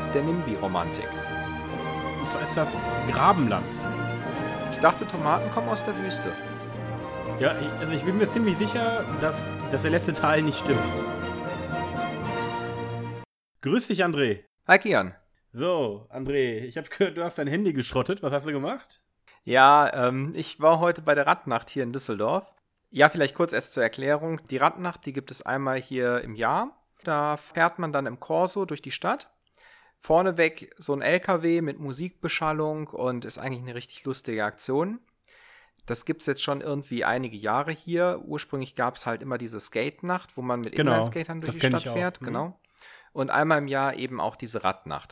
der NIMBY-Romantik. Und zwar ist das Grabenland. Ich dachte, Tomaten kommen aus der Wüste. Ja, also ich bin mir ziemlich sicher, dass der letzte Teil nicht stimmt. Grüß dich, André. Hi, Kian. So, André, ich habe gehört, du hast dein Handy geschrottet. Was hast du gemacht? Ja, ich war heute bei der Radnacht hier in Düsseldorf. Ja, vielleicht kurz erst zur Erklärung. Die Radnacht, die gibt es einmal hier im Jahr. Da fährt man dann im Corso durch die Stadt. Vorneweg so ein LKW mit Musikbeschallung und ist eigentlich eine richtig lustige Aktion. Das gibt es jetzt schon irgendwie einige Jahre hier. Ursprünglich gab es halt immer diese Skate-Nacht, wo man mit Inline-Skatern durch die Stadt fährt. Genau. Und einmal im Jahr eben auch diese Radnacht.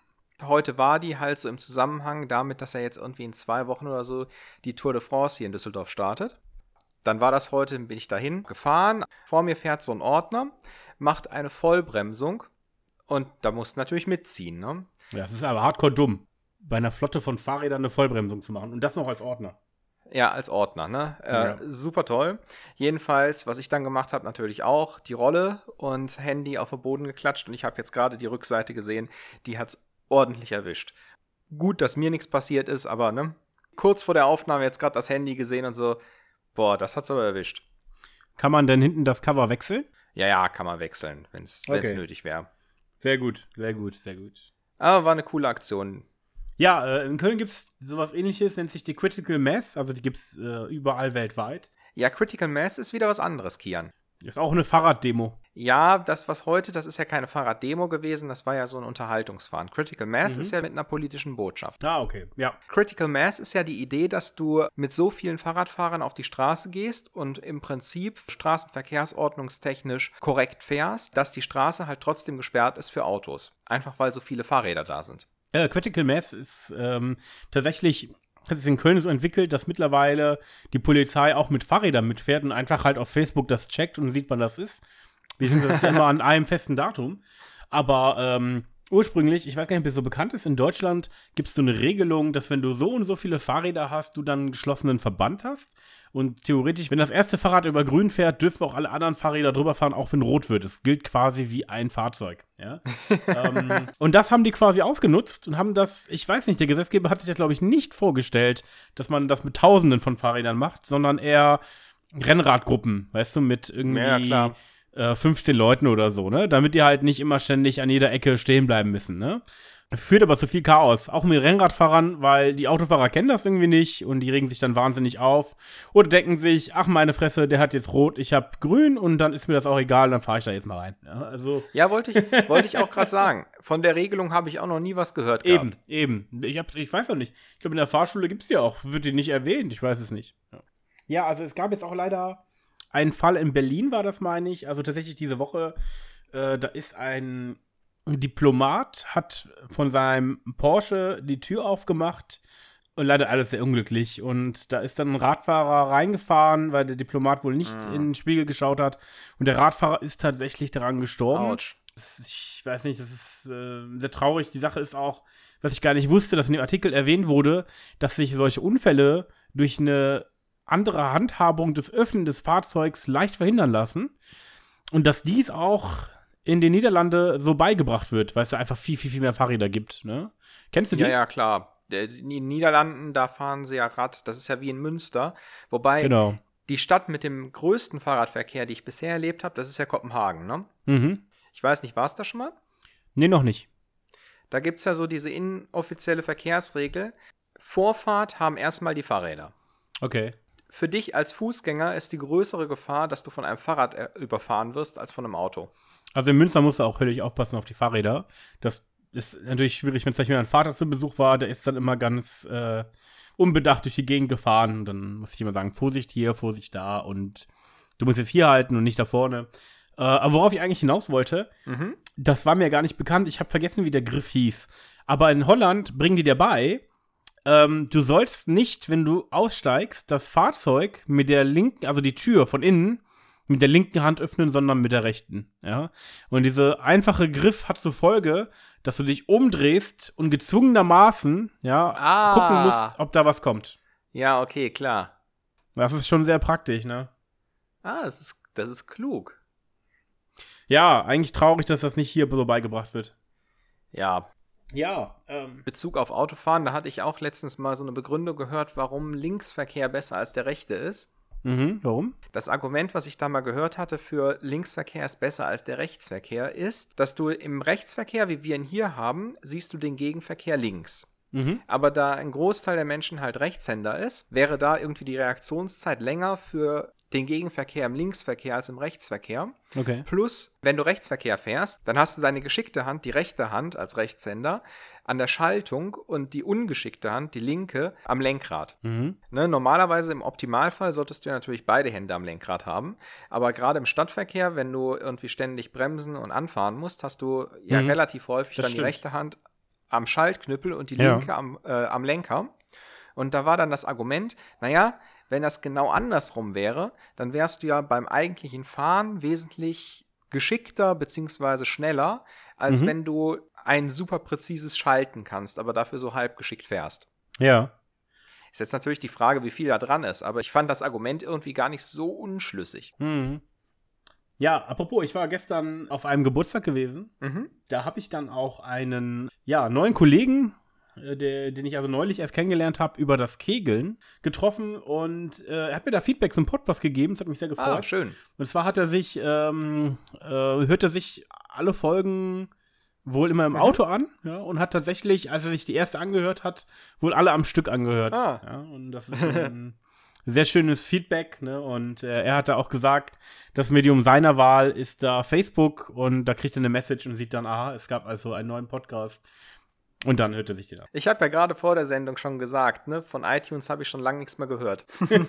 Heute war die halt so im Zusammenhang damit, dass er jetzt irgendwie in 2 Wochen oder so die Tour de France hier in Düsseldorf startet. Dann war das heute, bin ich dahin gefahren. Vor mir fährt so ein Ordner, macht eine Vollbremsung und da musst du natürlich mitziehen, ne? Ja, das ist aber hardcore dumm, bei einer Flotte von Fahrrädern eine Vollbremsung zu machen und das noch als Ordner. Ja, als Ordner, ne? Ja. Super toll. Jedenfalls, was ich dann gemacht habe, natürlich auch die Rolle und Handy auf den Boden geklatscht und ich habe jetzt gerade die Rückseite gesehen, die hat's ordentlich erwischt. Gut, dass mir nichts passiert ist, aber ne? Kurz vor der Aufnahme jetzt gerade das Handy gesehen und so, boah, das hat's aber erwischt. Kann man denn hinten das Cover wechseln? Ja, kann man wechseln, wenn's nötig wäre. Sehr gut, sehr gut, sehr gut. Aber war eine coole Aktion. Ja, in Köln gibt's sowas Ähnliches, nennt sich die Critical Mass, also die gibt's überall weltweit. Ja, Critical Mass ist wieder was anderes, Kian. Ist auch eine Fahrraddemo. Ja, das ist ja keine Fahrraddemo gewesen, das war ja so ein Unterhaltungsfahren. Critical Mass ist ja mit einer politischen Botschaft. Ah, okay, ja. Critical Mass ist ja die Idee, dass du mit so vielen Fahrradfahrern auf die Straße gehst und im Prinzip straßenverkehrsordnungstechnisch korrekt fährst, dass die Straße halt trotzdem gesperrt ist für Autos. Einfach weil so viele Fahrräder da sind. Critical Mass ist tatsächlich, hat sich in Köln so entwickelt, dass mittlerweile die Polizei auch mit Fahrrädern mitfährt und einfach halt auf Facebook das checkt und sieht, wann das ist. Wir sind das ja immer an einem festen Datum. Aber ursprünglich, ich weiß gar nicht, ob das so bekannt ist, in Deutschland gibt es so eine Regelung, dass wenn du so und so viele Fahrräder hast, du dann einen geschlossenen Verband hast. Und theoretisch, wenn das erste Fahrrad über grün fährt, dürfen auch alle anderen Fahrräder drüber fahren, auch wenn rot wird. Es gilt quasi wie ein Fahrzeug. Ja? Und das haben die quasi ausgenutzt und haben das, ich weiß nicht, der Gesetzgeber hat sich das, glaube ich, nicht vorgestellt, dass man das mit Tausenden von Fahrrädern macht, sondern eher Rennradgruppen, weißt du, mit irgendwie 15 Leuten oder so, ne? Damit die halt nicht immer ständig an jeder Ecke stehen bleiben müssen, ne? Führt aber zu viel Chaos, auch mit Rennradfahrern, weil die Autofahrer kennen das irgendwie nicht und die regen sich dann wahnsinnig auf oder denken sich, ach meine Fresse, der hat jetzt rot, ich hab grün und dann ist mir das auch egal, dann fahre ich da jetzt mal rein. Ja, also ja, wollte ich auch gerade sagen. Von der Regelung habe ich auch noch nie was gehört gehabt. Eben. Ich weiß auch nicht. Ich glaube, in der Fahrschule gibt es die auch. Wird die nicht erwähnt? Ich weiß es nicht. Ja, also es gab jetzt auch leider einen Fall in Berlin, war das, meine ich. Also tatsächlich diese Woche, da ist ein Diplomat, hat von seinem Porsche die Tür aufgemacht und leider alles sehr unglücklich. Und da ist dann ein Radfahrer reingefahren, weil der Diplomat wohl nicht in den Spiegel geschaut hat. Und der Radfahrer ist tatsächlich daran gestorben. Autsch. Ich weiß nicht, das ist sehr traurig. Die Sache ist auch, was ich gar nicht wusste, dass in dem Artikel erwähnt wurde, dass sich solche Unfälle durch eine andere Handhabung des Öffnen des Fahrzeugs leicht verhindern lassen. Und dass dies auch in den Niederlanden so beigebracht wird, weil es da einfach viel, viel, viel mehr Fahrräder gibt. Ne? Kennst du die? Ja, klar. In den Niederlanden, da fahren sie ja Rad. Das ist ja wie in Münster. Wobei die Stadt mit dem größten Fahrradverkehr, die ich bisher erlebt habe, das ist ja Kopenhagen, ne? Mhm. Ich weiß nicht, war es da schon mal? Nee, noch nicht. Da gibt es ja so diese inoffizielle Verkehrsregel. Vorfahrt haben erstmal die Fahrräder. Okay. Für dich als Fußgänger ist die größere Gefahr, dass du von einem Fahrrad überfahren wirst, als von einem Auto. Also in Münster musst du auch höllisch aufpassen auf die Fahrräder. Das ist natürlich schwierig, wenn zum Beispiel mein Vater zu Besuch war, der ist dann immer ganz unbedacht durch die Gegend gefahren. Und dann muss ich immer sagen, Vorsicht hier, Vorsicht da und du musst jetzt hier halten und nicht da vorne. Aber worauf ich eigentlich hinaus wollte, das war mir gar nicht bekannt. Ich habe vergessen, wie der Griff hieß. Aber in Holland bringen die dir bei, du sollst nicht, wenn du aussteigst, das Fahrzeug mit der linken, also die Tür von innen, mit der linken Hand öffnen, sondern mit der rechten. Ja? Und dieser einfache Griff hat zur Folge, dass du dich umdrehst und gezwungenermaßen gucken musst, ob da was kommt. Ja, okay, klar. Das ist schon sehr praktisch, ne? Das ist klug. Ja, eigentlich traurig, dass das nicht hier so beigebracht wird. Ja, Ja, Bezug auf Autofahren, da hatte ich auch letztens mal so eine Begründung gehört, warum Linksverkehr besser als der rechte ist. warum? Das Argument, was ich da mal gehört hatte für Linksverkehr ist besser als der Rechtsverkehr, ist, dass du im Rechtsverkehr, wie wir ihn hier haben, siehst du den Gegenverkehr links. Aber da ein Großteil der Menschen halt Rechtshänder ist, wäre da irgendwie die Reaktionszeit länger für den Gegenverkehr im Linksverkehr als im Rechtsverkehr. Okay. Plus, wenn du Rechtsverkehr fährst, dann hast du deine geschickte Hand, die rechte Hand als Rechtshänder, an der Schaltung und die ungeschickte Hand, die linke, am Lenkrad. Ne, normalerweise im Optimalfall solltest du ja natürlich beide Hände am Lenkrad haben, aber gerade im Stadtverkehr, wenn du irgendwie ständig bremsen und anfahren musst, hast du ja relativ häufig Das dann stimmt. die rechte Hand am Schaltknüppel und die Ja. linke am Lenker. Und da war dann das Argument, naja, wenn das genau andersrum wäre, dann wärst du ja beim eigentlichen Fahren wesentlich geschickter bzw. schneller, als wenn du ein super präzises Schalten kannst, aber dafür so halb geschickt fährst. Ja. Ist jetzt natürlich die Frage, wie viel da dran ist, aber ich fand das Argument irgendwie gar nicht so unschlüssig. Ja, apropos, ich war gestern auf einem Geburtstag gewesen. Da habe ich dann auch einen neuen Kollegen, den ich also neulich erst kennengelernt habe, über das Kegeln getroffen und er hat mir da Feedback zum Podcast gegeben. Das hat mich sehr gefreut. Ah, schön. Und zwar hat er sich, hört er sich alle Folgen wohl immer im Auto an, ja, und hat tatsächlich, als er sich die erste angehört hat, wohl alle am Stück angehört. Ah. Ja, und das ist ein sehr schönes Feedback, ne? Und er hatte auch gesagt, das Medium seiner Wahl ist da Facebook und da kriegt er eine Message und sieht dann, aha, es gab also einen neuen Podcast. Und dann hört er sich den an. Ich habe ja gerade vor der Sendung schon gesagt, ne, von iTunes habe ich schon lange nichts mehr gehört.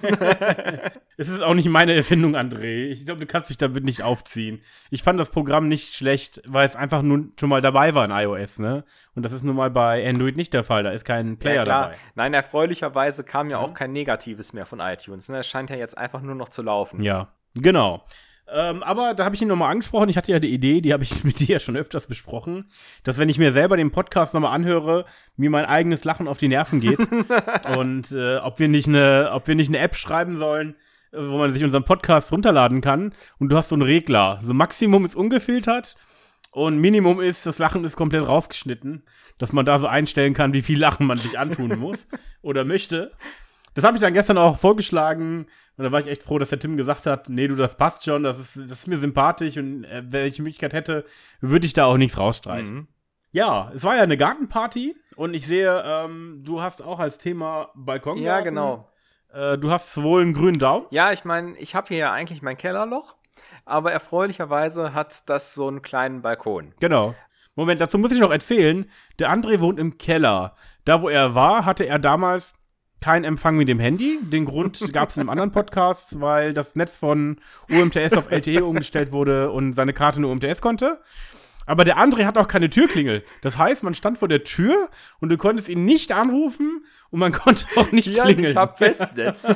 Es ist auch nicht meine Erfindung, André. Ich glaube, du kannst mich damit nicht aufziehen. Ich fand das Programm nicht schlecht, weil es einfach nun schon mal dabei war in iOS, ne? Und das ist nun mal bei Android nicht der Fall. Da ist kein Player Ja, klar. dabei. Nein, erfreulicherweise kam ja auch kein Negatives mehr von iTunes. Ne? Es scheint ja jetzt einfach nur noch zu laufen. Ja, genau. Aber da habe ich ihn nochmal angesprochen. Ich hatte ja die Idee, die habe ich mit dir ja schon öfters besprochen, dass wenn ich mir selber den Podcast nochmal anhöre, mir mein eigenes Lachen auf die Nerven geht. Und ob wir nicht eine App schreiben sollen, wo man sich unseren Podcast runterladen kann. Und du hast so einen Regler. So Maximum ist ungefiltert und Minimum ist, das Lachen ist komplett rausgeschnitten. Dass man da so einstellen kann, wie viel Lachen man sich antun muss oder möchte. Das habe ich dann gestern auch vorgeschlagen und da war ich echt froh, dass der Tim gesagt hat, nee, du, das passt schon, das ist mir sympathisch und wenn ich die Möglichkeit hätte, würde ich da auch nichts rausstreichen. Ja, es war ja eine Gartenparty und ich sehe, du hast auch als Thema Balkongarten. Ja, genau. Du hast wohl einen grünen Daumen. Ja, ich meine, ich habe hier ja eigentlich mein Kellerloch, aber erfreulicherweise hat das so einen kleinen Balkon. Genau. Moment, dazu muss ich noch erzählen, der André wohnt im Keller. Da, wo er war, hatte er damals kein Empfang mit dem Handy. Den Grund gab es in einem anderen Podcast, weil das Netz von UMTS auf LTE umgestellt wurde und seine Karte nur UMTS konnte. Aber der André hat auch keine Türklingel. Das heißt, man stand vor der Tür und du konntest ihn nicht anrufen und man konnte auch nicht klingeln. Ich hab Festnetz.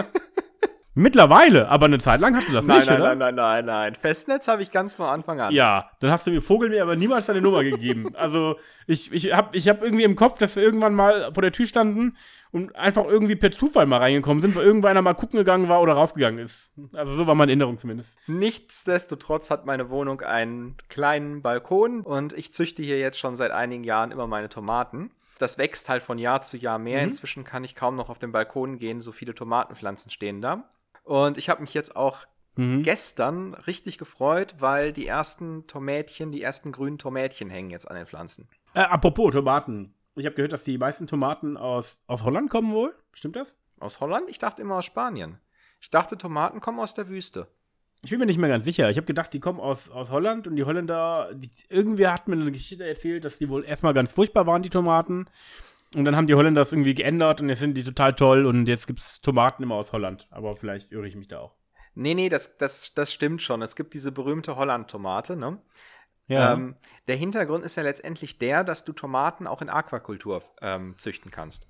Mittlerweile, aber eine Zeit lang hast du das nicht, oder? Nein. Festnetz habe ich ganz von Anfang an. Ja, dann hast du mir Vogel mir aber niemals deine Nummer gegeben. Also ich hab irgendwie im Kopf, dass wir irgendwann mal vor der Tür standen und einfach irgendwie per Zufall mal reingekommen sind, weil irgendeiner mal gucken gegangen war oder rausgegangen ist. Also so war meine Erinnerung zumindest. Nichtsdestotrotz hat meine Wohnung einen kleinen Balkon und ich züchte hier jetzt schon seit einigen Jahren immer meine Tomaten. Das wächst halt von Jahr zu Jahr mehr. Inzwischen kann ich kaum noch auf den Balkon gehen, so viele Tomatenpflanzen stehen da. Und ich habe mich jetzt auch gestern richtig gefreut, weil die ersten grünen Tomätchen hängen jetzt an den Pflanzen. Apropos Tomaten. Ich habe gehört, dass die meisten Tomaten aus Holland kommen wohl. Stimmt das? Aus Holland? Ich dachte immer aus Spanien. Ich dachte, Tomaten kommen aus der Wüste. Ich bin mir nicht mehr ganz sicher. Ich habe gedacht, die kommen aus Holland und die Holländer, irgendwer hat mir eine Geschichte erzählt, dass die wohl erstmal ganz furchtbar waren, die Tomaten. Und dann haben die Holländer das irgendwie geändert und jetzt sind die total toll und jetzt gibt es Tomaten immer aus Holland. Aber vielleicht irre ich mich da auch. Nee, das stimmt schon. Es gibt diese berühmte Holland-Tomate, ne? Ja. Der Hintergrund ist ja letztendlich der, dass du Tomaten auch in Aquakultur züchten kannst.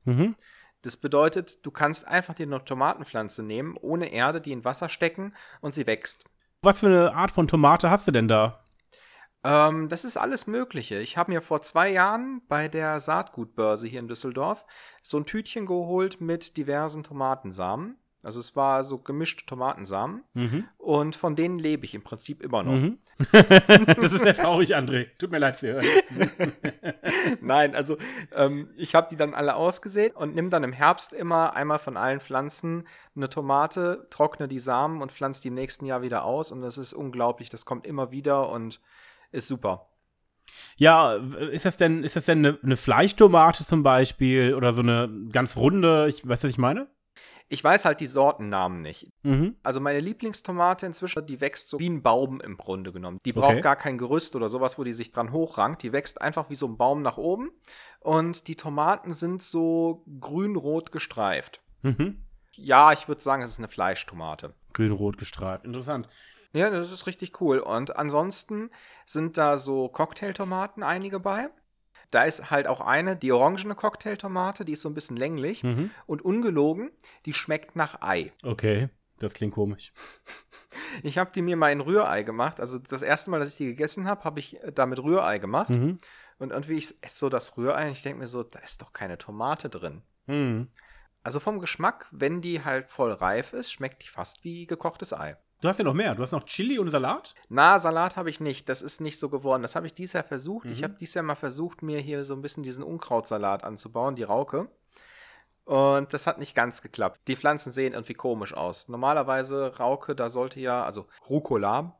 Das bedeutet, du kannst einfach dir eine Tomatenpflanze nehmen, ohne Erde, die in Wasser stecken und sie wächst. Was für eine Art von Tomate hast du denn da? Das ist alles Mögliche. Ich habe mir vor 2 Jahren bei der Saatgutbörse hier in Düsseldorf so ein Tütchen geholt mit diversen Tomatensamen. Also es war so gemischte Tomatensamen. Mhm. Und von denen lebe ich im Prinzip immer noch. Mhm. Das ist sehr traurig, André. Tut mir leid zu hören. Nein, also ich habe die dann alle ausgesät und nimm dann im Herbst immer einmal von allen Pflanzen eine Tomate, trockne die Samen und pflanze die im nächsten Jahr wieder aus. Und das ist unglaublich. Das kommt immer wieder und ist super. Ja, ist das denn eine Fleischtomate zum Beispiel oder so eine ganz runde, weißt du, was ich meine? Ich weiß halt die Sortennamen nicht. Mhm. Also meine Lieblingstomate inzwischen, die wächst so wie ein Baum im Grunde genommen. Die braucht gar kein Gerüst oder sowas, wo die sich dran hochrankt. Die wächst einfach wie so ein Baum nach oben. Und die Tomaten sind so grün-rot gestreift. Mhm. Ja, ich würde sagen, es ist eine Fleischtomate. Grün-rot gestreift. Interessant. Ja, das ist richtig cool. Und ansonsten sind da so Cocktailtomaten einige bei. Da ist halt auch eine, die orangene Cocktailtomate, die ist so ein bisschen länglich. Mhm. Und ungelogen, die schmeckt nach Ei. Okay, das klingt komisch. Ich habe die mir mal in Rührei gemacht. Also das erste Mal, dass ich die gegessen habe, habe ich damit Rührei gemacht. Mhm. Und irgendwie ich esse so das Rührei und ich denke mir so, da ist doch keine Tomate drin. Mhm. Also vom Geschmack, wenn die halt voll reif ist, schmeckt die fast wie gekochtes Ei. Du hast ja noch mehr. Du hast noch Chili und Salat? Na, Salat habe ich nicht. Das ist nicht so geworden. Das habe ich dieses Jahr versucht. Mhm. Ich habe dieses Jahr mal versucht, mir hier so ein bisschen diesen Unkrautsalat anzubauen, die Rauke. Und das hat nicht ganz geklappt. Die Pflanzen sehen irgendwie komisch aus. Normalerweise Rauke, da sollte ja, also Rucola.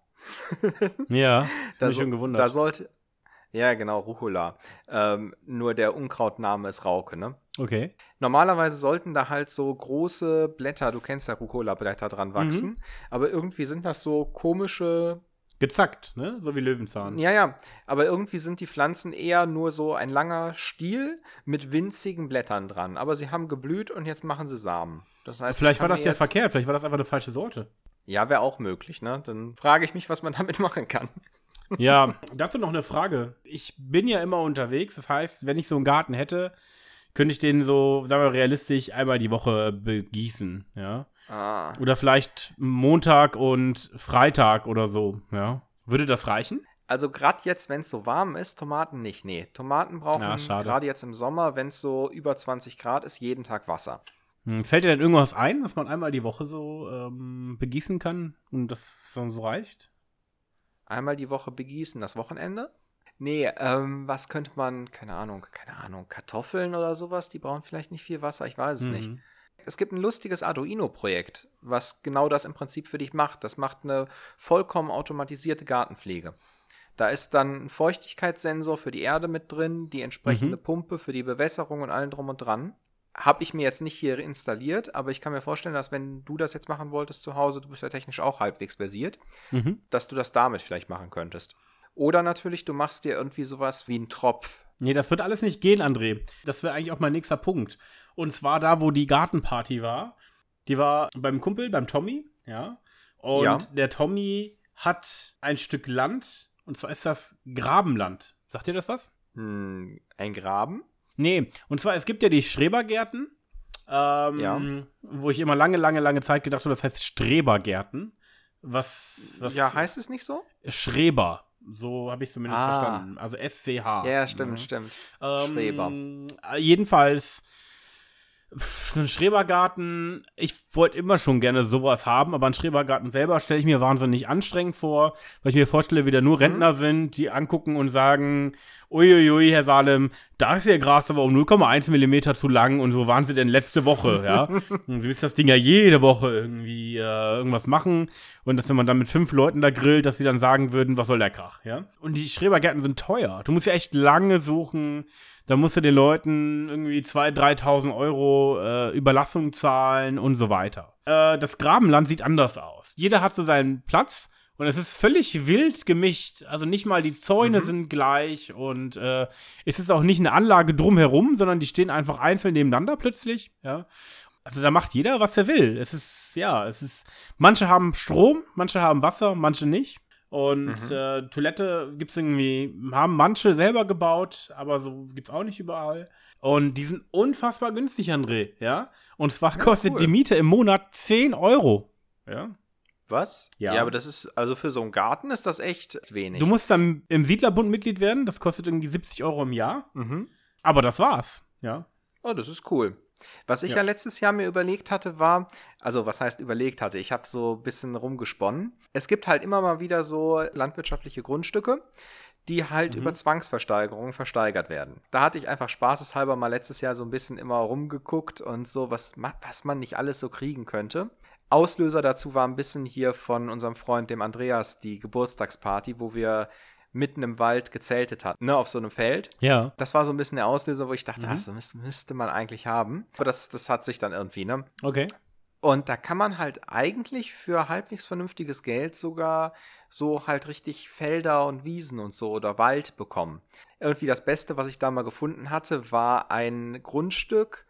Ja, Da, mich schon gewundert. da sollte, ja genau, Rucola. Nur der Unkrautname ist Rauke, ne? Okay. Normalerweise sollten da halt so große Blätter, du kennst ja Rucola-Blätter, dran wachsen. Aber irgendwie sind das so komische. Gezackt, ne? So wie Löwenzahn. Ja, aber irgendwie sind die Pflanzen eher nur so ein langer Stiel mit winzigen Blättern dran. Aber sie haben geblüht und jetzt machen sie Samen. Das heißt, Vielleicht war das ja verkehrt, vielleicht war das einfach eine falsche Sorte. Ja, wäre auch möglich, ne? Dann frage ich mich, was man damit machen kann. Ja, dazu noch eine Frage. Ich bin ja immer unterwegs, das heißt, wenn ich so einen Garten hätte, könnte ich den so, sagen wir realistisch, einmal die Woche begießen, ja. Ah. Oder vielleicht Montag und Freitag oder so, ja. Würde das reichen? Also gerade jetzt, wenn es so warm ist, Tomaten nicht. Nee, Tomaten brauchen gerade jetzt im Sommer, wenn es so über 20 Grad ist, jeden Tag Wasser. Fällt dir denn irgendwas ein, was man einmal die Woche so begießen kann und das dann so reicht? Einmal die Woche begießen, das Wochenende? Nee, was könnte man, keine Ahnung, Kartoffeln oder sowas, die brauchen vielleicht nicht viel Wasser, ich weiß es nicht. Es gibt ein lustiges Arduino-Projekt, was genau das im Prinzip für dich macht. Das macht eine vollkommen automatisierte Gartenpflege. Da ist dann ein Feuchtigkeitssensor für die Erde mit drin, die entsprechende Pumpe für die Bewässerung und allem drum und dran. Habe ich mir jetzt nicht hier installiert, aber ich kann mir vorstellen, dass wenn du das jetzt machen wolltest zu Hause, du bist ja technisch auch halbwegs versiert, dass du das damit vielleicht machen könntest. Oder natürlich, du machst dir irgendwie sowas wie einen Tropf. Nee, das wird alles nicht gehen, André. Das wäre eigentlich auch mein nächster Punkt. Und zwar da, wo die Gartenparty war. Die war beim Kumpel, beim Tommy, ja. Und der Tommy hat ein Stück Land, und zwar ist das Grabenland. Sagt dir das was? Ein Graben? Nee, und zwar, es gibt ja die Schrebergärten, wo ich immer lange Zeit gedacht habe, das heißt Strebergärten. Was ja, heißt es nicht so? Schreber. So habe ich es zumindest verstanden. Also SCH. Ja, stimmt. Schreber. Jedenfalls, so ein Schrebergarten, ich wollte immer schon gerne sowas haben, aber ein Schrebergarten selber stelle ich mir wahnsinnig anstrengend vor, weil ich mir vorstelle, wie da nur Rentner sind, die angucken und sagen, uiuiui, Herr Salem, da ist Ihr Gras aber um 0,1 Millimeter zu lang und so waren Sie denn letzte Woche, ja. Und Sie müssen das Ding ja jede Woche irgendwie irgendwas machen und dass wenn man dann mit 5 Leuten da grillt, dass sie dann sagen würden, was soll der Krach, ja. Und die Schrebergärten sind teuer. Du musst ja echt lange suchen. Da musst du den Leuten irgendwie 2.000, 3.000 Euro Überlassung zahlen und so weiter. Das Grabenland sieht anders aus. Jeder hat so seinen Platz und es ist völlig wild gemischt. Also nicht mal die Zäune sind gleich und es ist auch nicht eine Anlage drumherum, sondern die stehen einfach einzeln nebeneinander plötzlich. Ja. Also da macht jeder, was er will. Manche haben Strom, manche haben Wasser, manche nicht. Und Toilette gibt's irgendwie, haben manche selber gebaut, aber so gibt's auch nicht überall. Und die sind unfassbar günstig, André, ja. Und zwar kostet die Miete im Monat 10 Euro. Ja. Was? Ja. Ja, aber das ist, also für so einen Garten ist das echt wenig. Du musst dann im Siedlerbund Mitglied werden, das kostet irgendwie 70 Euro im Jahr. Aber das war's, ja. Oh, das ist cool. Was ich ja letztes Jahr mir überlegt hatte, war, also was heißt überlegt hatte, ich habe so ein bisschen rumgesponnen. Es gibt halt immer mal wieder so landwirtschaftliche Grundstücke, die halt über Zwangsversteigerungen versteigert werden. Da hatte ich einfach spaßeshalber mal letztes Jahr so ein bisschen immer rumgeguckt und so, was man nicht alles so kriegen könnte. Auslöser dazu war ein bisschen hier von unserem Freund, dem Andreas, die Geburtstagsparty, wo wir mitten im Wald gezeltet hatten, ne, auf so einem Feld. Ja. Das war so ein bisschen der Auslöser, wo ich dachte, das müsste man eigentlich haben. Aber das hat sich dann irgendwie, ne? Okay. Und da kann man halt eigentlich für halbwegs vernünftiges Geld sogar so halt richtig Felder und Wiesen und so oder Wald bekommen. Irgendwie das Beste, was ich da mal gefunden hatte, war ein Grundstück,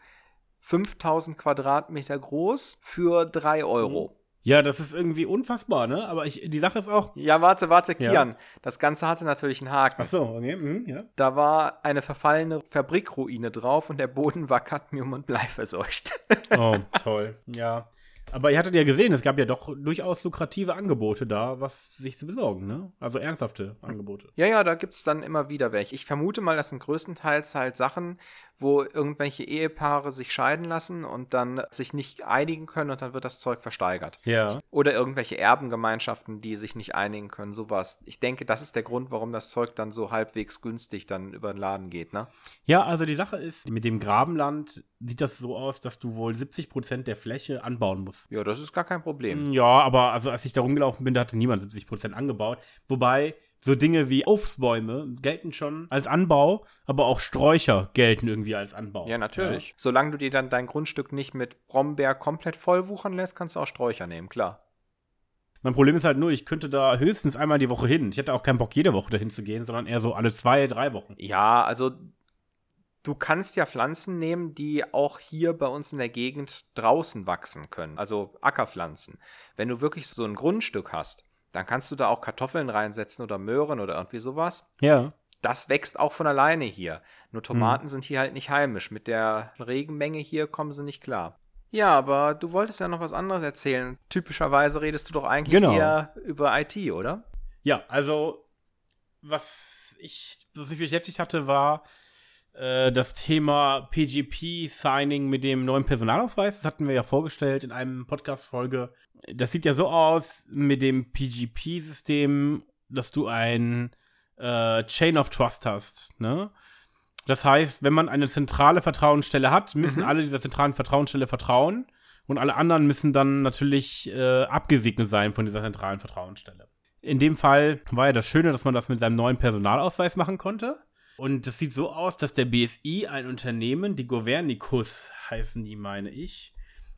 5000 Quadratmeter groß, für 3 Euro. Ja, das ist irgendwie unfassbar, ne? Aber die Sache ist auch. Ja, warte, Kian. Ja. Das Ganze hatte natürlich einen Haken. Ach so, okay. Ja. Da war eine verfallene Fabrikruine drauf und der Boden war Cadmium und Blei verseucht. Oh, toll. Ja. Aber ihr hattet ja gesehen, es gab ja doch durchaus lukrative Angebote da, was sich zu besorgen, ne? Also ernsthafte Angebote. Ja, da gibt's dann immer wieder welche. Ich vermute mal, das sind größtenteils halt Sachen, wo irgendwelche Ehepaare sich scheiden lassen und dann sich nicht einigen können und dann wird das Zeug versteigert. Ja. Oder irgendwelche Erbengemeinschaften, die sich nicht einigen können, sowas. Ich denke, das ist der Grund, warum das Zeug dann so halbwegs günstig dann über den Laden geht, ne? Ja, also die Sache ist, mit dem Grabenland sieht das so aus, dass du wohl 70% der Fläche anbauen musst. Ja, das ist gar kein Problem. Ja, aber also als ich da rumgelaufen bin, da hatte niemand 70% angebaut. Wobei so Dinge wie Obstbäume gelten schon als Anbau, aber auch Sträucher gelten irgendwie als Anbau. Ja, natürlich. Ja. Solange du dir dann dein Grundstück nicht mit Brombeer komplett vollwuchern lässt, kannst du auch Sträucher nehmen, klar. Mein Problem ist halt nur, ich könnte da höchstens einmal die Woche hin. Ich hätte auch keinen Bock, jede Woche dahin zu gehen, sondern eher so alle 2-3 Wochen. Ja, also du kannst ja Pflanzen nehmen, die auch hier bei uns in der Gegend draußen wachsen können, also Ackerpflanzen. Wenn du wirklich so ein Grundstück hast, dann kannst du da auch Kartoffeln reinsetzen oder Möhren oder irgendwie sowas. Ja. Das wächst auch von alleine hier. Nur Tomaten sind hier halt nicht heimisch. Mit der Regenmenge hier kommen sie nicht klar. Ja, aber du wolltest ja noch was anderes erzählen. Typischerweise redest du doch eigentlich eher über IT, oder? Ja, also was mich beschäftigt hatte, war das Thema PGP-Signing mit dem neuen Personalausweis. Das hatten wir ja vorgestellt in einem Podcast-Folge. Das sieht ja so aus mit dem PGP-System, dass du ein Chain of Trust hast, ne? Das heißt, wenn man eine zentrale Vertrauensstelle hat, müssen alle dieser zentralen Vertrauensstelle vertrauen und alle anderen müssen dann natürlich abgesegnet sein von dieser zentralen Vertrauensstelle. In dem Fall war ja das Schöne, dass man das mit seinem neuen Personalausweis machen konnte. Und das sieht so aus, dass der BSI ein Unternehmen, die Governicus heißen die, meine ich,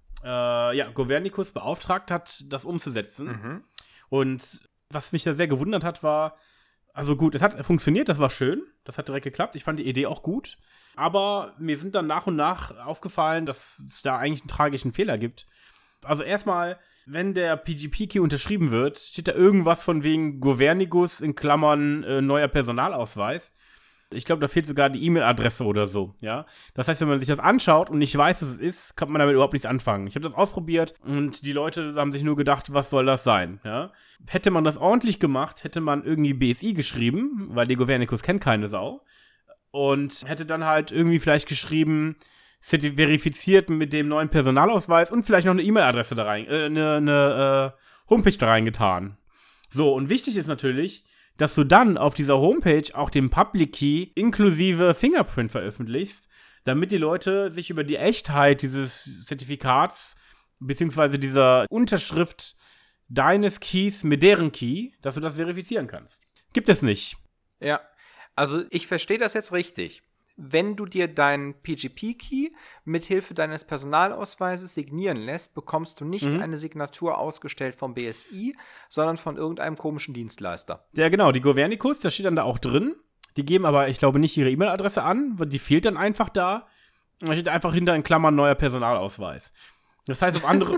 Governicus beauftragt hat, das umzusetzen. Und was mich da sehr gewundert hat, war, also gut, es hat funktioniert, das war schön, das hat direkt geklappt, ich fand die Idee auch gut, aber mir sind dann nach und nach aufgefallen, dass es da eigentlich einen tragischen Fehler gibt. Also erstmal, wenn der PGP-Key unterschrieben wird, steht da irgendwas von wegen Governicus in Klammern neuer Personalausweis. Ich glaube, da fehlt sogar die E-Mail-Adresse oder so, ja. Das heißt, wenn man sich das anschaut und nicht weiß, was es ist, kann man damit überhaupt nichts anfangen. Ich habe das ausprobiert und die Leute haben sich nur gedacht, was soll das sein, ja. Hätte man das ordentlich gemacht, hätte man irgendwie BSI geschrieben, weil die Governicus kennt keine Sau. Und hätte dann halt irgendwie vielleicht geschrieben, verifiziert mit dem neuen Personalausweis und vielleicht noch eine E-Mail-Adresse da rein, eine Homepage da reingetan. So, und wichtig ist natürlich, dass du dann auf dieser Homepage auch den Public Key inklusive Fingerprint veröffentlichst, damit die Leute sich über die Echtheit dieses Zertifikats beziehungsweise dieser Unterschrift deines Keys mit deren Key, dass du das verifizieren kannst. Gibt es nicht. Ja, also ich verstehe das jetzt richtig. Wenn du dir deinen PGP-Key mithilfe deines Personalausweises signieren lässt, bekommst du nicht eine Signatur ausgestellt vom BSI, sondern von irgendeinem komischen Dienstleister. Ja, genau, die Governicus, das steht dann da auch drin. Die geben aber, ich glaube, nicht ihre E-Mail-Adresse an, weil die fehlt dann einfach da. Und da steht einfach hinter in Klammern neuer Personalausweis. Das heißt, auf andere,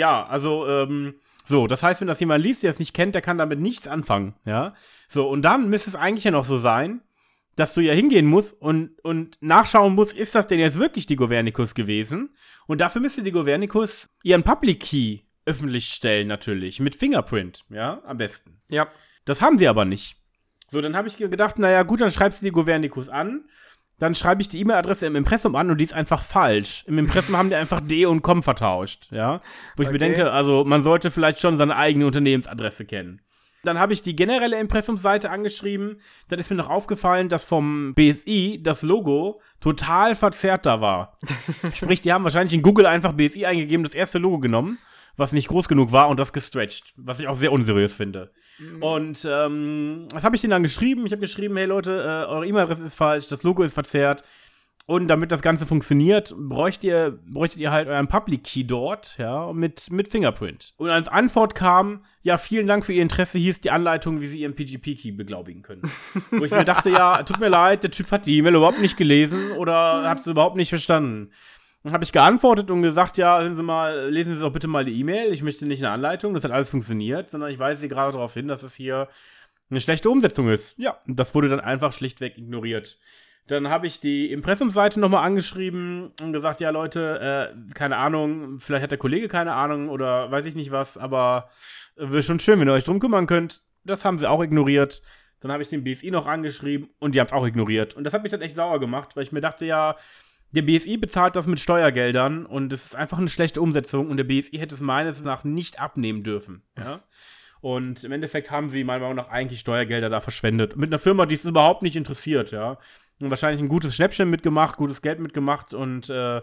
so, das heißt, wenn das jemand liest, der es nicht kennt, der kann damit nichts anfangen, ja. So, und dann müsste es eigentlich ja noch so sein, dass du ja hingehen musst und nachschauen musst, ist das denn jetzt wirklich die Governicus gewesen? Und dafür müsste die Governicus ihren Public Key öffentlich stellen, natürlich, mit Fingerprint, ja, am besten. Ja. Das haben sie aber nicht. So, dann habe ich gedacht, naja, gut, dann schreibst du die Governicus an, dann schreibe ich die E-Mail-Adresse im Impressum an und die ist einfach falsch. Im Impressum haben die einfach D und Com vertauscht, ja. Wo ich mir denke, also man sollte vielleicht schon seine eigene Unternehmensadresse kennen. Dann habe ich die generelle Impressumsseite angeschrieben. Dann ist mir noch aufgefallen, dass vom BSI das Logo total verzerrt da war. Sprich, die haben wahrscheinlich in Google einfach BSI eingegeben, das erste Logo genommen, was nicht groß genug war und das gestretcht, was ich auch sehr unseriös finde. Und was habe ich denen dann geschrieben? Ich habe geschrieben, hey Leute, eure E-Mail-Adresse ist falsch, das Logo ist verzerrt. Und damit das Ganze funktioniert, bräuchtet ihr halt euren Public Key dort, ja, mit Fingerprint. Und als Antwort kam, ja, vielen Dank für Ihr Interesse, hier ist die Anleitung, wie Sie Ihren PGP-Key beglaubigen können. Wo ich mir dachte, ja, tut mir leid, der Typ hat die E-Mail überhaupt nicht gelesen oder hat es überhaupt nicht verstanden. Dann habe ich geantwortet und gesagt, ja, hören Sie mal, lesen Sie doch bitte mal die E-Mail, ich möchte nicht eine Anleitung, das hat alles funktioniert, sondern ich weise Sie gerade darauf hin, dass es hier eine schlechte Umsetzung ist. Ja, das wurde dann einfach schlichtweg ignoriert. Dann habe ich die Impressumsseite nochmal angeschrieben und gesagt, ja Leute, keine Ahnung, vielleicht hat der Kollege keine Ahnung oder weiß ich nicht was, aber wäre schon schön, wenn ihr euch drum kümmern könnt. Das haben sie auch ignoriert. Dann habe ich den BSI noch angeschrieben und die haben es auch ignoriert. Und das hat mich dann echt sauer gemacht, weil ich mir dachte, ja, der BSI bezahlt das mit Steuergeldern und es ist einfach eine schlechte Umsetzung und der BSI hätte es meines Erachtens nach nicht abnehmen dürfen, ja. Und im Endeffekt haben sie meiner Meinung nach eigentlich Steuergelder da verschwendet. Mit einer Firma, die es überhaupt nicht interessiert, ja. Und wahrscheinlich ein gutes Schnäppchen mitgemacht, gutes Geld mitgemacht und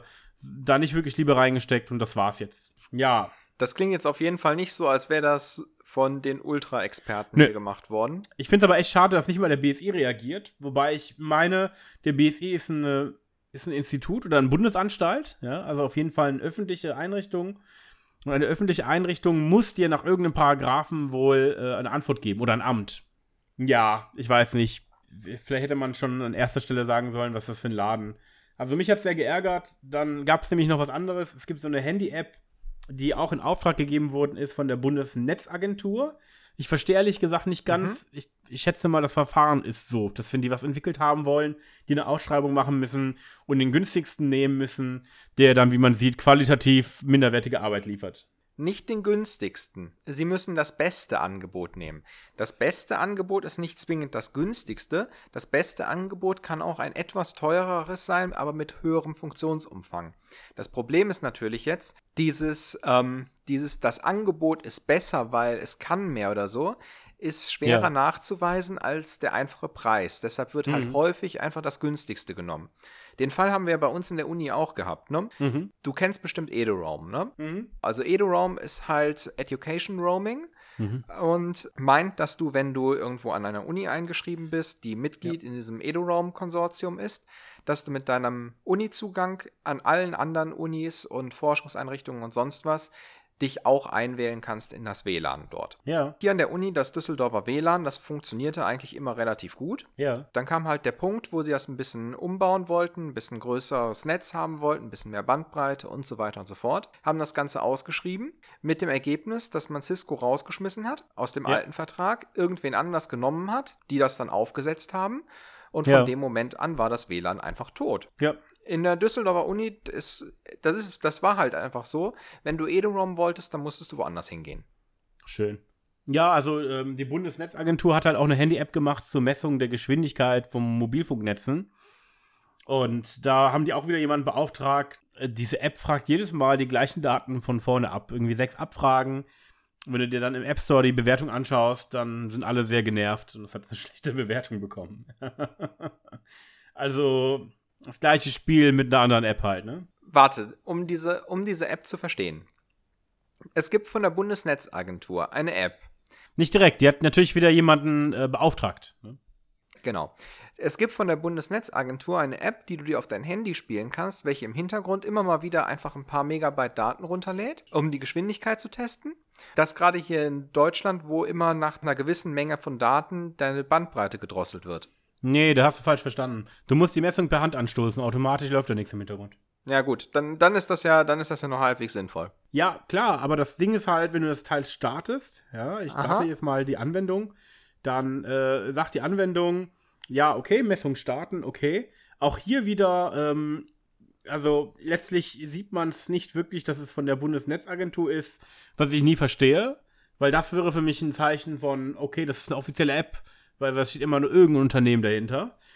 da nicht wirklich Liebe reingesteckt und das war's jetzt. Ja. Das klingt jetzt auf jeden Fall nicht so, als wäre das von den Ultra-Experten hier gemacht worden. Ich finde es aber echt schade, dass nicht mal der BSI reagiert. Wobei ich meine, der BSI ist ein Institut oder eine Bundesanstalt. Ja? Also auf jeden Fall eine öffentliche Einrichtung. Und eine öffentliche Einrichtung muss dir nach irgendeinem Paragraphen wohl eine Antwort geben oder ein Amt. Ja, ich weiß nicht. Vielleicht hätte man schon an erster Stelle sagen sollen, was das für ein Laden. Also mich hat es sehr geärgert. Dann gab es nämlich noch was anderes. Es gibt so eine Handy-App, die auch in Auftrag gegeben worden ist von der Bundesnetzagentur. Ich verstehe ehrlich gesagt nicht ganz. Ich schätze mal, das Verfahren ist so, dass wenn die was entwickelt haben wollen, die eine Ausschreibung machen müssen und den günstigsten nehmen müssen, der dann, wie man sieht, qualitativ minderwertige Arbeit liefert. Nicht den günstigsten. Sie müssen das beste Angebot nehmen. Das beste Angebot ist nicht zwingend das günstigste. Das beste Angebot kann auch ein etwas teureres sein, aber mit höherem Funktionsumfang. Das Problem ist natürlich jetzt, das Angebot ist besser, weil es kann mehr oder so, ist schwerer nachzuweisen als der einfache Preis. Deshalb wird halt häufig einfach das günstigste genommen. Den Fall haben wir bei uns in der Uni auch gehabt, ne? Du kennst bestimmt EduRoam, ne? Also EduRoam ist halt Education Roaming und meint, dass du, wenn du irgendwo an einer Uni eingeschrieben bist, die Mitglied in diesem EduRoam-Konsortium ist, dass du mit deinem Uni-Zugang an allen anderen Unis und Forschungseinrichtungen und sonst was dich auch einwählen kannst in das WLAN dort. Ja. Hier an der Uni, das Düsseldorfer WLAN, das funktionierte eigentlich immer relativ gut. Ja. Dann kam halt der Punkt, wo sie das ein bisschen umbauen wollten, ein bisschen größeres Netz haben wollten, ein bisschen mehr Bandbreite und so weiter und so fort. Haben das Ganze ausgeschrieben, mit dem Ergebnis, dass man Cisco rausgeschmissen hat aus dem alten Vertrag, irgendwen anders genommen hat, die das dann aufgesetzt haben. Und von dem Moment an war das WLAN einfach tot. Ja. In der Düsseldorfer Uni, das war halt einfach so, wenn du EduRoam wolltest, dann musstest du woanders hingehen. Schön. Ja, also die Bundesnetzagentur hat halt auch eine Handy-App gemacht zur Messung der Geschwindigkeit von Mobilfunknetzen. Und da haben die auch wieder jemanden beauftragt. Diese App fragt jedes Mal die gleichen Daten von vorne ab. Irgendwie 6 Abfragen. Und wenn du dir dann im App Store die Bewertung anschaust, dann sind alle sehr genervt und das hat eine schlechte Bewertung bekommen. Also das gleiche Spiel mit einer anderen App halt, ne? Warte, um diese App zu verstehen. Es gibt von der Bundesnetzagentur eine App. Nicht direkt, die hat natürlich wieder jemanden beauftragt. Ne? Genau. Es gibt von der Bundesnetzagentur eine App, die du dir auf dein Handy spielen kannst, welche im Hintergrund immer mal wieder einfach ein paar Megabyte Daten runterlädt, um die Geschwindigkeit zu testen. Das gerade hier in Deutschland, wo immer nach einer gewissen Menge von Daten deine Bandbreite gedrosselt wird. Nee, da hast du falsch verstanden. Du musst die Messung per Hand anstoßen, automatisch läuft da nichts im Hintergrund. Ja gut, dann ist das ja noch halbwegs sinnvoll. Ja, klar, aber das Ding ist halt, wenn du das Teil startest, ja, ich starte jetzt mal die Anwendung, dann sagt die Anwendung, ja, okay, Messung starten, okay. Auch hier wieder, also letztlich sieht man es nicht wirklich, dass es von der Bundesnetzagentur ist, was ich nie verstehe, weil das wäre für mich ein Zeichen von, okay, das ist eine offizielle App, weil da steht immer nur irgendein Unternehmen dahinter.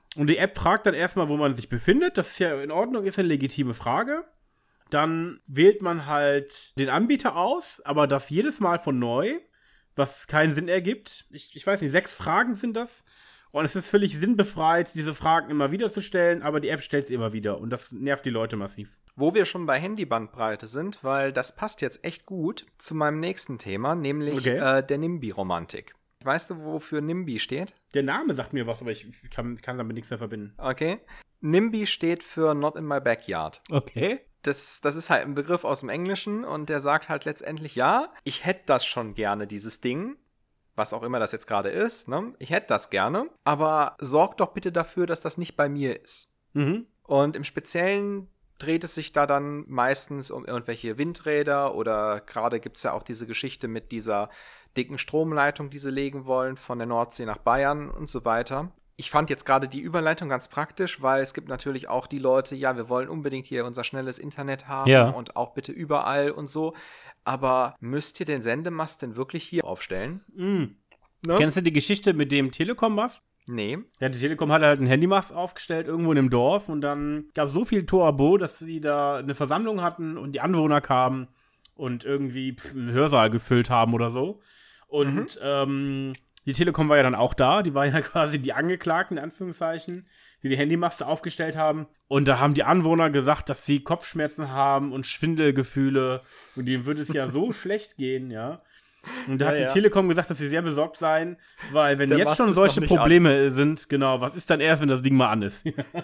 Und die App fragt dann erstmal, wo man sich befindet. Das ist ja in Ordnung, ist eine legitime Frage. Dann wählt man halt den Anbieter aus, aber das jedes Mal von neu, was keinen Sinn ergibt. Ich weiß nicht, 6 Fragen sind das. Und es ist völlig sinnbefreit, diese Fragen immer wieder zu stellen, aber die App stellt sie immer wieder. Und das nervt die Leute massiv. Wo wir schon bei Handybandbreite sind, weil das passt jetzt echt gut zu meinem nächsten Thema, nämlich der NIMBY-Romantik. Weißt du, wofür NIMBY steht? Der Name sagt mir was, aber ich kann damit nichts mehr verbinden. Okay. NIMBY steht für Not in my backyard. Okay. Das ist halt ein Begriff aus dem Englischen und der sagt halt letztendlich, ja, ich hätte das schon gerne, dieses Ding, was auch immer das jetzt gerade ist, ne? Ich hätte das gerne, aber sorg doch bitte dafür, dass das nicht bei mir ist. Mhm. Und im Speziellen dreht es sich da dann meistens um irgendwelche Windräder oder gerade gibt es ja auch diese Geschichte mit dieser dicken Stromleitung, die sie legen wollen, von der Nordsee nach Bayern und so weiter. Ich fand jetzt gerade die Überleitung ganz praktisch, weil es gibt natürlich auch die Leute, ja, wir wollen unbedingt hier unser schnelles Internet haben und auch bitte überall und so. Aber müsst ihr den Sendemast denn wirklich hier aufstellen? Ne? Kennst du die Geschichte mit dem Telekom-Mast? Nee. Ja, die Telekom hat halt einen Handymast aufgestellt irgendwo in einem Dorf und dann gab es so viel Tohuwabohu, dass sie da eine Versammlung hatten und die Anwohner kamen und irgendwie einen Hörsaal gefüllt haben oder so. Und die Telekom war ja dann auch da, die war ja quasi die Angeklagten, in Anführungszeichen, die Handymaste aufgestellt haben. Und da haben die Anwohner gesagt, dass sie Kopfschmerzen haben und Schwindelgefühle und denen würde es ja so schlecht gehen, ja. Und da hat die Telekom gesagt, dass sie sehr besorgt seien, weil wenn jetzt schon solche Probleme sind, genau, was ist dann erst, wenn das Ding mal an ist?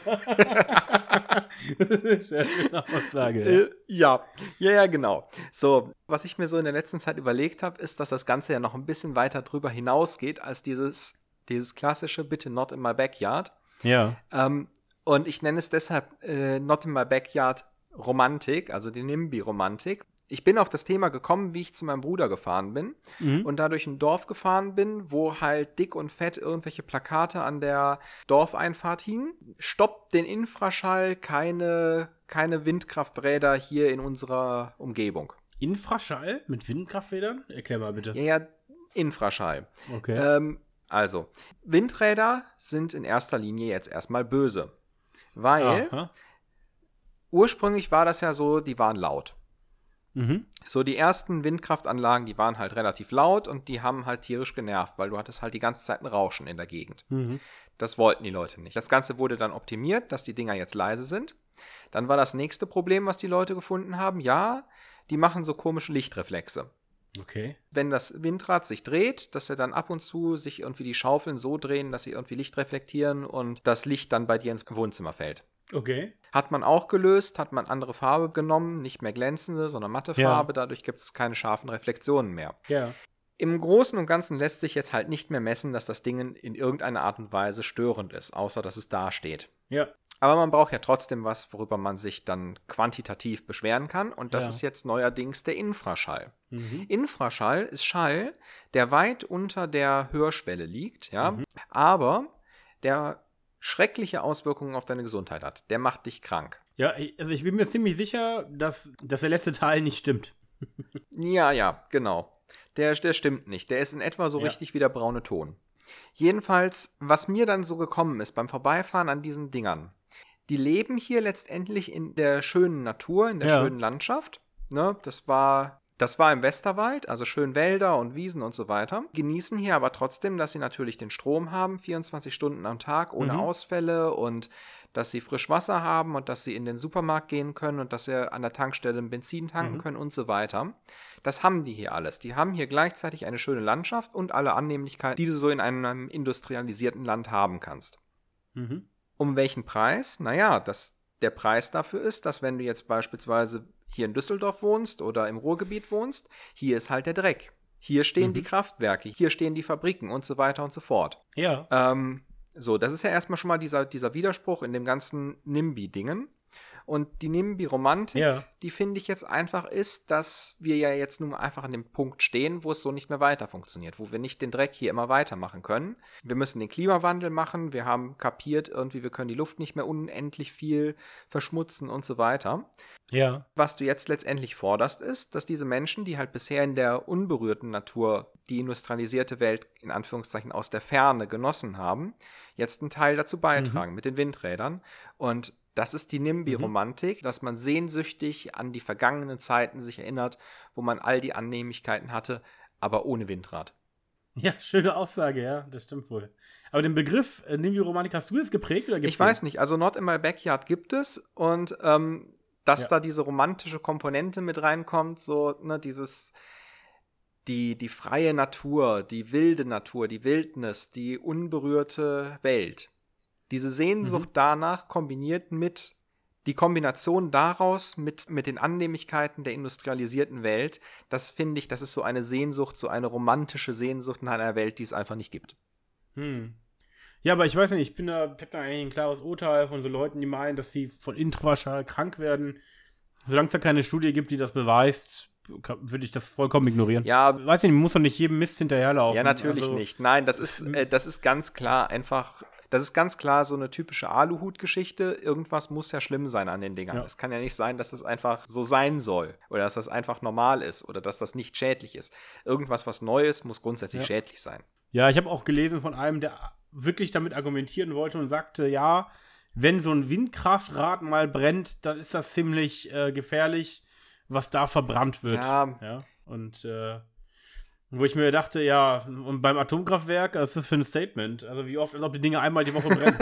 Aussage, ja, genau. So, was ich mir so in der letzten Zeit überlegt habe, ist, dass das Ganze ja noch ein bisschen weiter drüber hinausgeht, als dieses klassische Bitte not in my backyard. Ja. Und ich nenne es deshalb not in my backyard Romantik, also die NIMBY-Romantik. Ich bin auf das Thema gekommen, wie ich zu meinem Bruder gefahren bin und da durch ein Dorf gefahren bin, wo halt dick und fett irgendwelche Plakate an der Dorfeinfahrt hingen. Stoppt den Infraschall, keine Windkrafträder hier in unserer Umgebung. Infraschall mit Windkrafträdern? Erklär mal bitte. Ja, Infraschall. Okay. Also, Windräder sind in erster Linie jetzt erstmal böse, weil ursprünglich war das ja so, die waren laut. So, die ersten Windkraftanlagen, die waren halt relativ laut und die haben halt tierisch genervt, weil du hattest halt die ganze Zeit ein Rauschen in der Gegend. Das wollten die Leute nicht. Das Ganze wurde dann optimiert, dass die Dinger jetzt leise sind. Dann war das nächste Problem, was die Leute gefunden haben, ja, die machen so komische Lichtreflexe. Okay. Wenn das Windrad sich dreht, dass er dann ab und zu sich irgendwie die Schaufeln so drehen, dass sie irgendwie Licht reflektieren und das Licht dann bei dir ins Wohnzimmer fällt. Okay. Hat man auch gelöst, hat man andere Farbe genommen, nicht mehr glänzende, sondern matte Farbe, dadurch gibt es keine scharfen Reflexionen mehr. Ja. Im Großen und Ganzen lässt sich jetzt halt nicht mehr messen, dass das Ding in irgendeiner Art und Weise störend ist, außer dass es dasteht. Ja. Aber man braucht ja trotzdem was, worüber man sich dann quantitativ beschweren kann und das ist jetzt neuerdings der Infraschall. Infraschall ist Schall, der weit unter der Hörschwelle liegt, aber der schreckliche Auswirkungen auf deine Gesundheit hat. Der macht dich krank. Ja, also ich bin mir ziemlich sicher, dass der letzte Teil nicht stimmt. Ja, genau. Der stimmt nicht. Der ist in etwa so richtig wie der braune Ton. Jedenfalls, was mir dann so gekommen ist beim Vorbeifahren an diesen Dingern, die leben hier letztendlich in der schönen Natur, in der schönen Landschaft. Ne? Das war im Westerwald, also schön Wälder und Wiesen und so weiter. Genießen hier aber trotzdem, dass sie natürlich den Strom haben, 24 Stunden am Tag, ohne Ausfälle und dass sie frisch Wasser haben und dass sie in den Supermarkt gehen können und dass sie an der Tankstelle Benzin tanken können und so weiter. Das haben die hier alles. Die haben hier gleichzeitig eine schöne Landschaft und alle Annehmlichkeiten, die du so in einem industrialisierten Land haben kannst. Um welchen Preis? Naja, der Preis dafür ist, dass wenn du jetzt beispielsweise hier in Düsseldorf wohnst oder im Ruhrgebiet wohnst, hier ist halt der Dreck. Hier stehen die Kraftwerke, hier stehen die Fabriken und so weiter und so fort. Ja. So, das ist ja erstmal schon mal dieser Widerspruch in dem ganzen NIMBY-Dingen. Und die NIMBY-Romantik, die finde ich jetzt einfach ist, dass wir ja jetzt nun einfach an dem Punkt stehen, wo es so nicht mehr weiter funktioniert, wo wir nicht den Dreck hier immer weitermachen können. Wir müssen den Klimawandel machen, wir haben kapiert irgendwie, wir können die Luft nicht mehr unendlich viel verschmutzen und so weiter. Ja. Was du jetzt letztendlich forderst, ist, dass diese Menschen, die halt bisher in der unberührten Natur die industrialisierte Welt in Anführungszeichen aus der Ferne genossen haben, jetzt einen Teil dazu beitragen mit den Windrädern. Und das ist die NIMBY-Romantik, dass man sehnsüchtig an die vergangenen Zeiten sich erinnert, wo man all die Annehmlichkeiten hatte, aber ohne Windrad. Ja, schöne Aussage, ja, das stimmt wohl. Aber den Begriff NIMBY-Romantik, hast du das geprägt oder gibt's Ich weiß nicht, also Not in My Backyard gibt es und dass da diese romantische Komponente mit reinkommt, so, ne, die freie Natur, die wilde Natur, die Wildnis, die unberührte Welt. Diese Sehnsucht danach kombiniert mit die Kombination daraus mit den Annehmlichkeiten der industrialisierten Welt, das finde ich, das ist so eine Sehnsucht, so eine romantische Sehnsucht nach einer Welt, die es einfach nicht gibt. Ja, aber ich weiß nicht, ich habe da eigentlich ein klares Urteil von so Leuten, die meinen, dass sie von Infraschall krank werden. Solange es da keine Studie gibt, die das beweist, würde ich das vollkommen ignorieren. Ja, weiß nicht, man muss doch nicht jedem Mist hinterherlaufen. Ja, natürlich nicht. Nein, das ist ganz klar einfach. Das ist ganz klar so eine typische Aluhut-Geschichte. Irgendwas muss ja schlimm sein an den Dingern. Es kann ja nicht sein, dass das einfach so sein soll. Oder dass das einfach normal ist. Oder dass das nicht schädlich ist. Irgendwas, was neu ist, muss grundsätzlich schädlich sein. Ja, ich habe auch gelesen von einem, der wirklich damit argumentieren wollte und sagte, ja, wenn so ein Windkraftrad mal brennt, dann ist das ziemlich gefährlich, was da verbrannt wird. Ja. Und wo ich mir dachte, ja, und beim Atomkraftwerk, was ist das für ein Statement? Also wie oft, als ob die Dinge einmal die Woche brennen.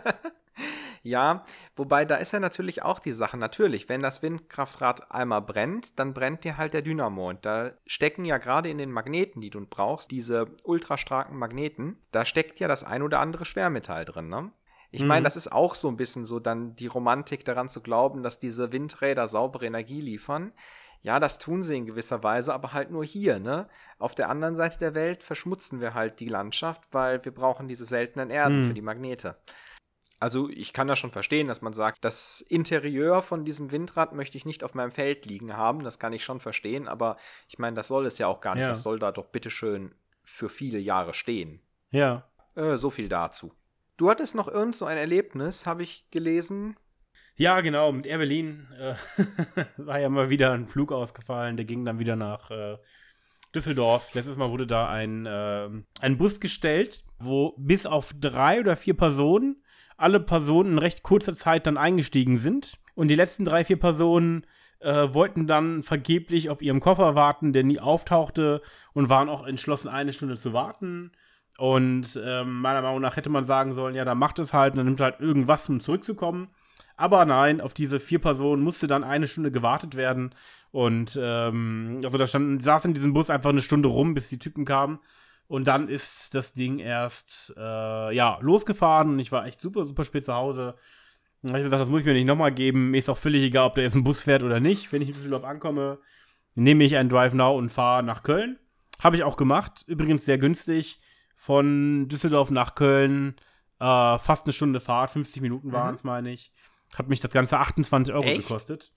Ja, wobei da ist ja natürlich auch die Sache, natürlich, wenn das Windkraftrad einmal brennt, dann brennt dir halt der Dynamo. Und da stecken ja gerade in den Magneten, die du brauchst, diese ultrastarken Magneten, da steckt ja das ein oder andere Schwermetall drin, ne? Ich meine, das ist auch so ein bisschen so dann die Romantik daran zu glauben, dass diese Windräder saubere Energie liefern. Ja, das tun sie in gewisser Weise, aber halt nur hier, ne? Auf der anderen Seite der Welt verschmutzen wir halt die Landschaft, weil wir brauchen diese seltenen Erden für die Magnete. Also ich kann das schon verstehen, dass man sagt, das Interieur von diesem Windrad möchte ich nicht auf meinem Feld liegen haben, das kann ich schon verstehen, aber ich meine, das soll es ja auch gar nicht, das soll da doch bitteschön für viele Jahre stehen. Ja. So viel dazu. Du hattest noch irgend so ein Erlebnis, habe ich gelesen. Ja, genau, mit Air Berlin war ja mal wieder ein Flug ausgefallen, der ging dann wieder nach Düsseldorf. Letztes Mal wurde da ein Bus gestellt, wo bis auf 3 oder 4 Personen alle Personen in recht kurzer Zeit dann eingestiegen sind. Und die letzten 3, 4 Personen wollten dann vergeblich auf ihrem Koffer warten, der nie auftauchte und waren auch entschlossen, 1 Stunde zu warten. Und meiner Meinung nach hätte man sagen sollen, ja, dann macht es halt und dann nimmt halt irgendwas, um zurückzukommen. Aber nein, auf diese 4 Personen musste dann 1 Stunde gewartet werden. Und also da saß in diesem Bus einfach 1 Stunde rum, bis die Typen kamen. Und dann ist das Ding erst losgefahren und ich war echt super, super spät zu Hause. Und dann habe ich gesagt, das muss ich mir nicht nochmal geben. Mir ist auch völlig egal, ob da jetzt ein Bus fährt oder nicht. Wenn ich in Düsseldorf ankomme, nehme ich einen Drive Now und fahre nach Köln. Habe ich auch gemacht. Übrigens sehr günstig. Von Düsseldorf nach Köln fast 1 Stunde Fahrt. 50 Minuten waren es, meine ich. Hat mich das Ganze 28 € gekostet.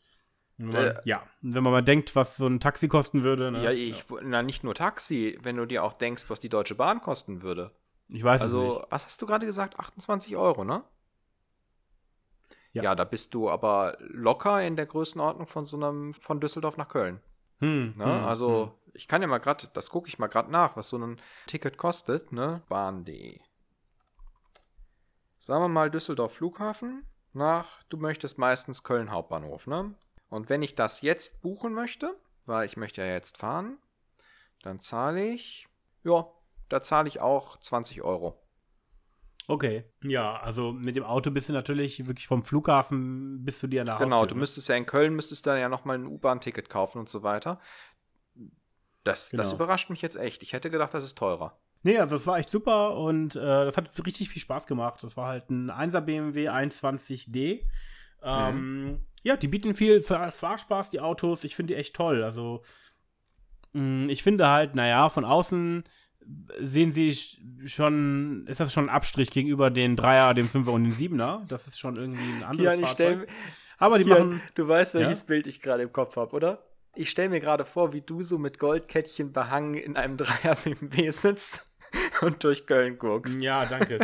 Wenn man mal denkt, was so ein Taxi kosten würde. Ne? Ja, nicht nur Taxi, wenn du dir auch denkst, was die Deutsche Bahn kosten würde. Ich weiß es nicht. Also, was hast du gerade gesagt? 28 €, ne? Ja, da bist du aber locker in der Größenordnung von Düsseldorf nach Köln. Ich kann ja mal gerade, das gucke ich mal gerade nach, was so ein Ticket kostet, ne? Bahn.de. Sagen wir mal Düsseldorf Flughafen du möchtest meistens Köln Hauptbahnhof, ne? Und wenn ich das jetzt buchen möchte, weil ich möchte ja jetzt fahren, dann zahle ich auch 20 €. Okay. Ja, also mit dem Auto bist du natürlich wirklich vom Flughafen bis zu dir nach Hause. Genau, du müsstest ja in Köln, dann ja nochmal ein U-Bahn-Ticket kaufen und so weiter. Das überrascht mich jetzt echt. Ich hätte gedacht, das ist teurer. Nee, also das war echt super und das hat richtig viel Spaß gemacht. Das war halt ein 1er BMW 120D. Ja, die bieten viel Fahrspaß, die Autos. Ich finde die echt toll. Also ich finde halt, von außen sehen sie schon, ist das schon ein Abstrich gegenüber den 3er, dem 5er und den 7er. Das ist schon irgendwie ein anderes Fahrzeug. Aber die machen... Du weißt, welches Bild ich gerade im Kopf habe, oder? Ich stelle mir gerade vor, wie du so mit Goldkettchen behangen in einem 3er BMW sitzt und durch Köln guckst. Ja, danke.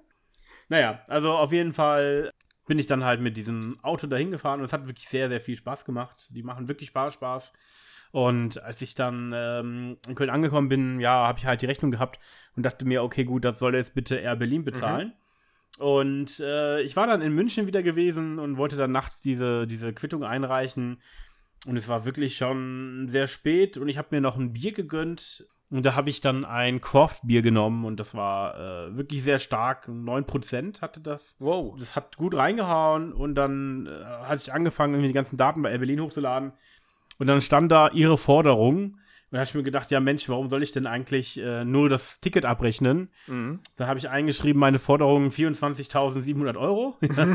Also auf jeden Fall bin ich dann halt mit diesem Auto dahin gefahren und es hat wirklich sehr, sehr viel Spaß gemacht. Die machen wirklich Spaß. Und als ich dann in Köln angekommen bin, habe ich halt die Rechnung gehabt und dachte mir, okay, gut, das soll jetzt bitte Air Berlin bezahlen. Und ich war dann in München wieder gewesen und wollte dann nachts diese Quittung einreichen. Und es war wirklich schon sehr spät und ich habe mir noch ein Bier gegönnt. Und da habe ich dann ein Craft-Bier genommen und das war wirklich sehr stark. 9% hatte das. Wow. Das hat gut reingehauen und dann hatte ich angefangen, irgendwie die ganzen Daten bei Air Berlin hochzuladen. Und dann stand da ihre Forderung. Und da habe ich mir gedacht, ja Mensch, warum soll ich denn eigentlich nur das Ticket abrechnen? Mhm. Da habe ich eingeschrieben, meine Forderung 24.700 Euro.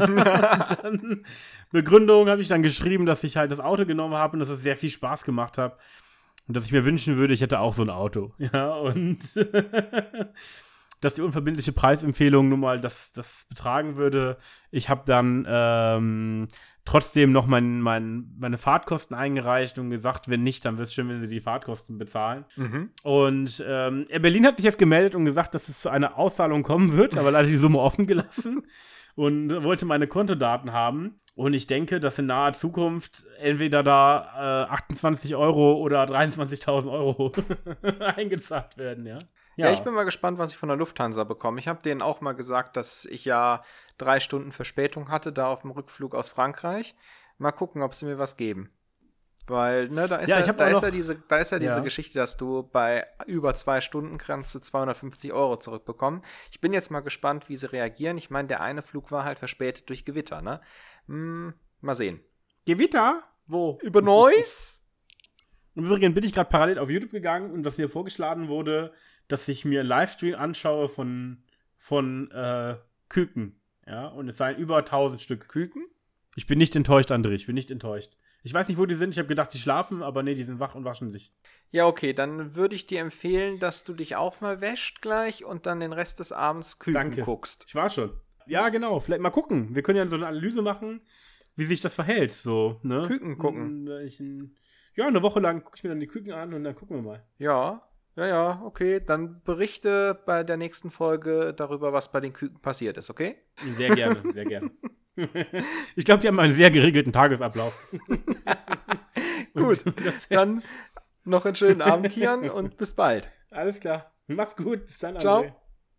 Dann Begründung habe ich dann geschrieben, dass ich halt das Auto genommen habe und dass es sehr viel Spaß gemacht hat. Und dass ich mir wünschen würde, ich hätte auch so ein Auto. Ja, und dass die unverbindliche Preisempfehlung nun mal das betragen würde. Ich habe dann trotzdem noch meine Fahrtkosten eingereicht und gesagt, wenn nicht, dann wird es schön, wenn sie die Fahrtkosten bezahlen. Mhm. Und Air Berlin hat sich jetzt gemeldet und gesagt, dass es zu einer Auszahlung kommen wird, aber leider die Summe offen gelassen und wollte meine Kontodaten haben. Und ich denke, dass in naher Zukunft entweder da 28 Euro oder 23.000 Euro eingezahlt werden, ja. Ja, ich bin mal gespannt, was ich von der Lufthansa bekomme. Ich habe denen auch mal gesagt, dass ich ja 3 Stunden Verspätung hatte, da auf dem Rückflug aus Frankreich. Mal gucken, ob sie mir was geben. Weil, ne, da ist diese Geschichte, dass du bei über 2 Stunden kannst du 250 Euro zurückbekommen. Ich bin jetzt mal gespannt, wie sie reagieren. Ich meine, der eine Flug war halt verspätet durch Gewitter, ne? Mal sehen. Gewitter? Wo? Über Neuss? Im Übrigen bin ich gerade parallel auf YouTube gegangen und was mir vorgeschlagen wurde, dass ich mir einen Livestream anschaue von Küken. Ja, und es seien über 1000 Stück. Küken? Ich bin nicht enttäuscht, André, ich bin nicht enttäuscht. Ich weiß nicht, wo die sind, ich habe gedacht, die schlafen, aber nee, die sind wach und waschen sich. Ja, okay, dann würde ich dir empfehlen, dass du dich auch mal wäscht gleich und dann den Rest des Abends Küken guckst. Ich war schon. Ja, genau, vielleicht mal gucken. Wir können ja so eine Analyse machen, wie sich das verhält. So, ne? Küken gucken. Eine Woche lang gucke ich mir dann die Küken an und dann gucken wir mal. Ja, okay. Dann berichte bei der nächsten Folge darüber, was bei den Küken passiert ist, okay? Sehr gerne, sehr gerne. Ich glaube, die haben einen sehr geregelten Tagesablauf. Gut, dann noch einen schönen Abend, Kian, und bis bald. Alles klar. Mach's gut. Bis dann, André. Ciao.